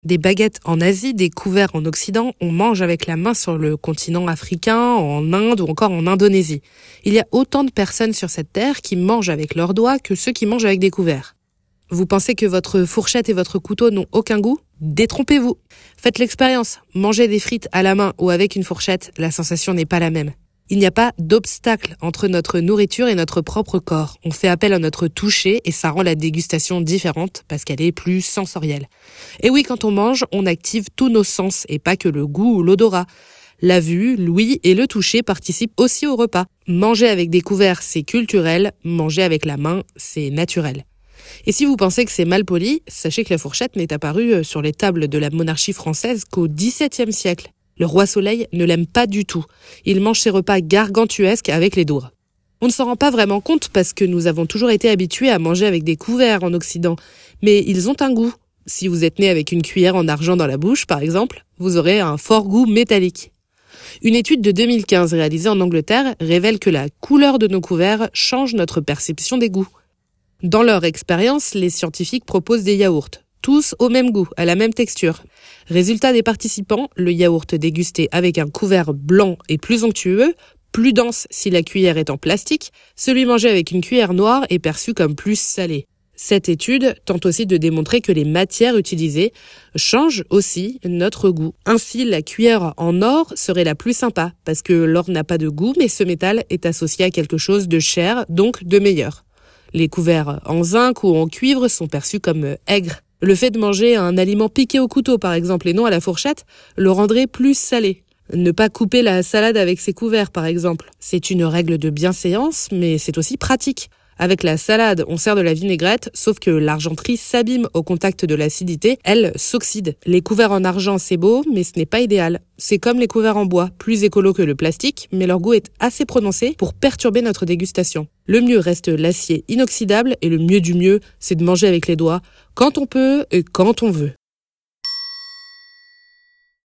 Des baguettes en Asie, des couverts en Occident, on mange avec la main sur le continent africain, en Inde ou encore en Indonésie. Il y a autant de personnes sur cette terre qui mangent avec leurs doigts que ceux qui mangent avec des couverts. Vous pensez que votre fourchette et votre couteau n'ont aucun goût ? Détrompez-vous. Faites l'expérience. Manger des frites à la main ou avec une fourchette, la sensation n'est pas la même. Il n'y a pas d'obstacle entre notre nourriture et notre propre corps. On fait appel à notre toucher et ça rend la dégustation différente parce qu'elle est plus sensorielle. Et oui, quand on mange, on active tous nos sens et pas que le goût ou l'odorat. La vue, l'ouïe et le toucher participent aussi au repas. Manger avec des couverts, c'est culturel. Manger avec la main, c'est naturel. Et si vous pensez que c'est mal poli, sachez que la fourchette n'est apparue sur les tables de la monarchie française qu'au XVIIe siècle. Le roi Soleil ne l'aime pas du tout. Il mange ses repas gargantuesques avec les doigts. On ne s'en rend pas vraiment compte parce que nous avons toujours été habitués à manger avec des couverts en Occident. Mais ils ont un goût. Si vous êtes né avec une cuillère en argent dans la bouche, par exemple, vous aurez un fort goût métallique. Une étude de 2015 réalisée en Angleterre révèle que la couleur de nos couverts change notre perception des goûts. Dans leur expérience, les scientifiques proposent des yaourts, tous au même goût, à la même texture. Résultat des participants, le yaourt dégusté avec un couvert blanc est plus onctueux, plus dense si la cuillère est en plastique, celui mangé avec une cuillère noire est perçu comme plus salé. Cette étude tente aussi de démontrer que les matières utilisées changent aussi notre goût. Ainsi, la cuillère en or serait la plus sympa, parce que l'or n'a pas de goût, mais ce métal est associé à quelque chose de cher, donc de meilleur. Les couverts en zinc ou en cuivre sont perçus comme aigres. Le fait de manger un aliment piqué au couteau, par exemple, et non à la fourchette, le rendrait plus salé. Ne pas couper la salade avec ses couverts, par exemple. C'est une règle de bienséance, mais c'est aussi pratique. Avec la salade, on sert de la vinaigrette, sauf que l'argenterie s'abîme au contact de l'acidité, elle s'oxyde. Les couverts en argent, c'est beau, mais ce n'est pas idéal. C'est comme les couverts en bois, plus écolo que le plastique, mais leur goût est assez prononcé pour perturber notre dégustation. Le mieux reste l'acier inoxydable et le mieux du mieux, c'est de manger avec les doigts, quand on peut et quand on veut.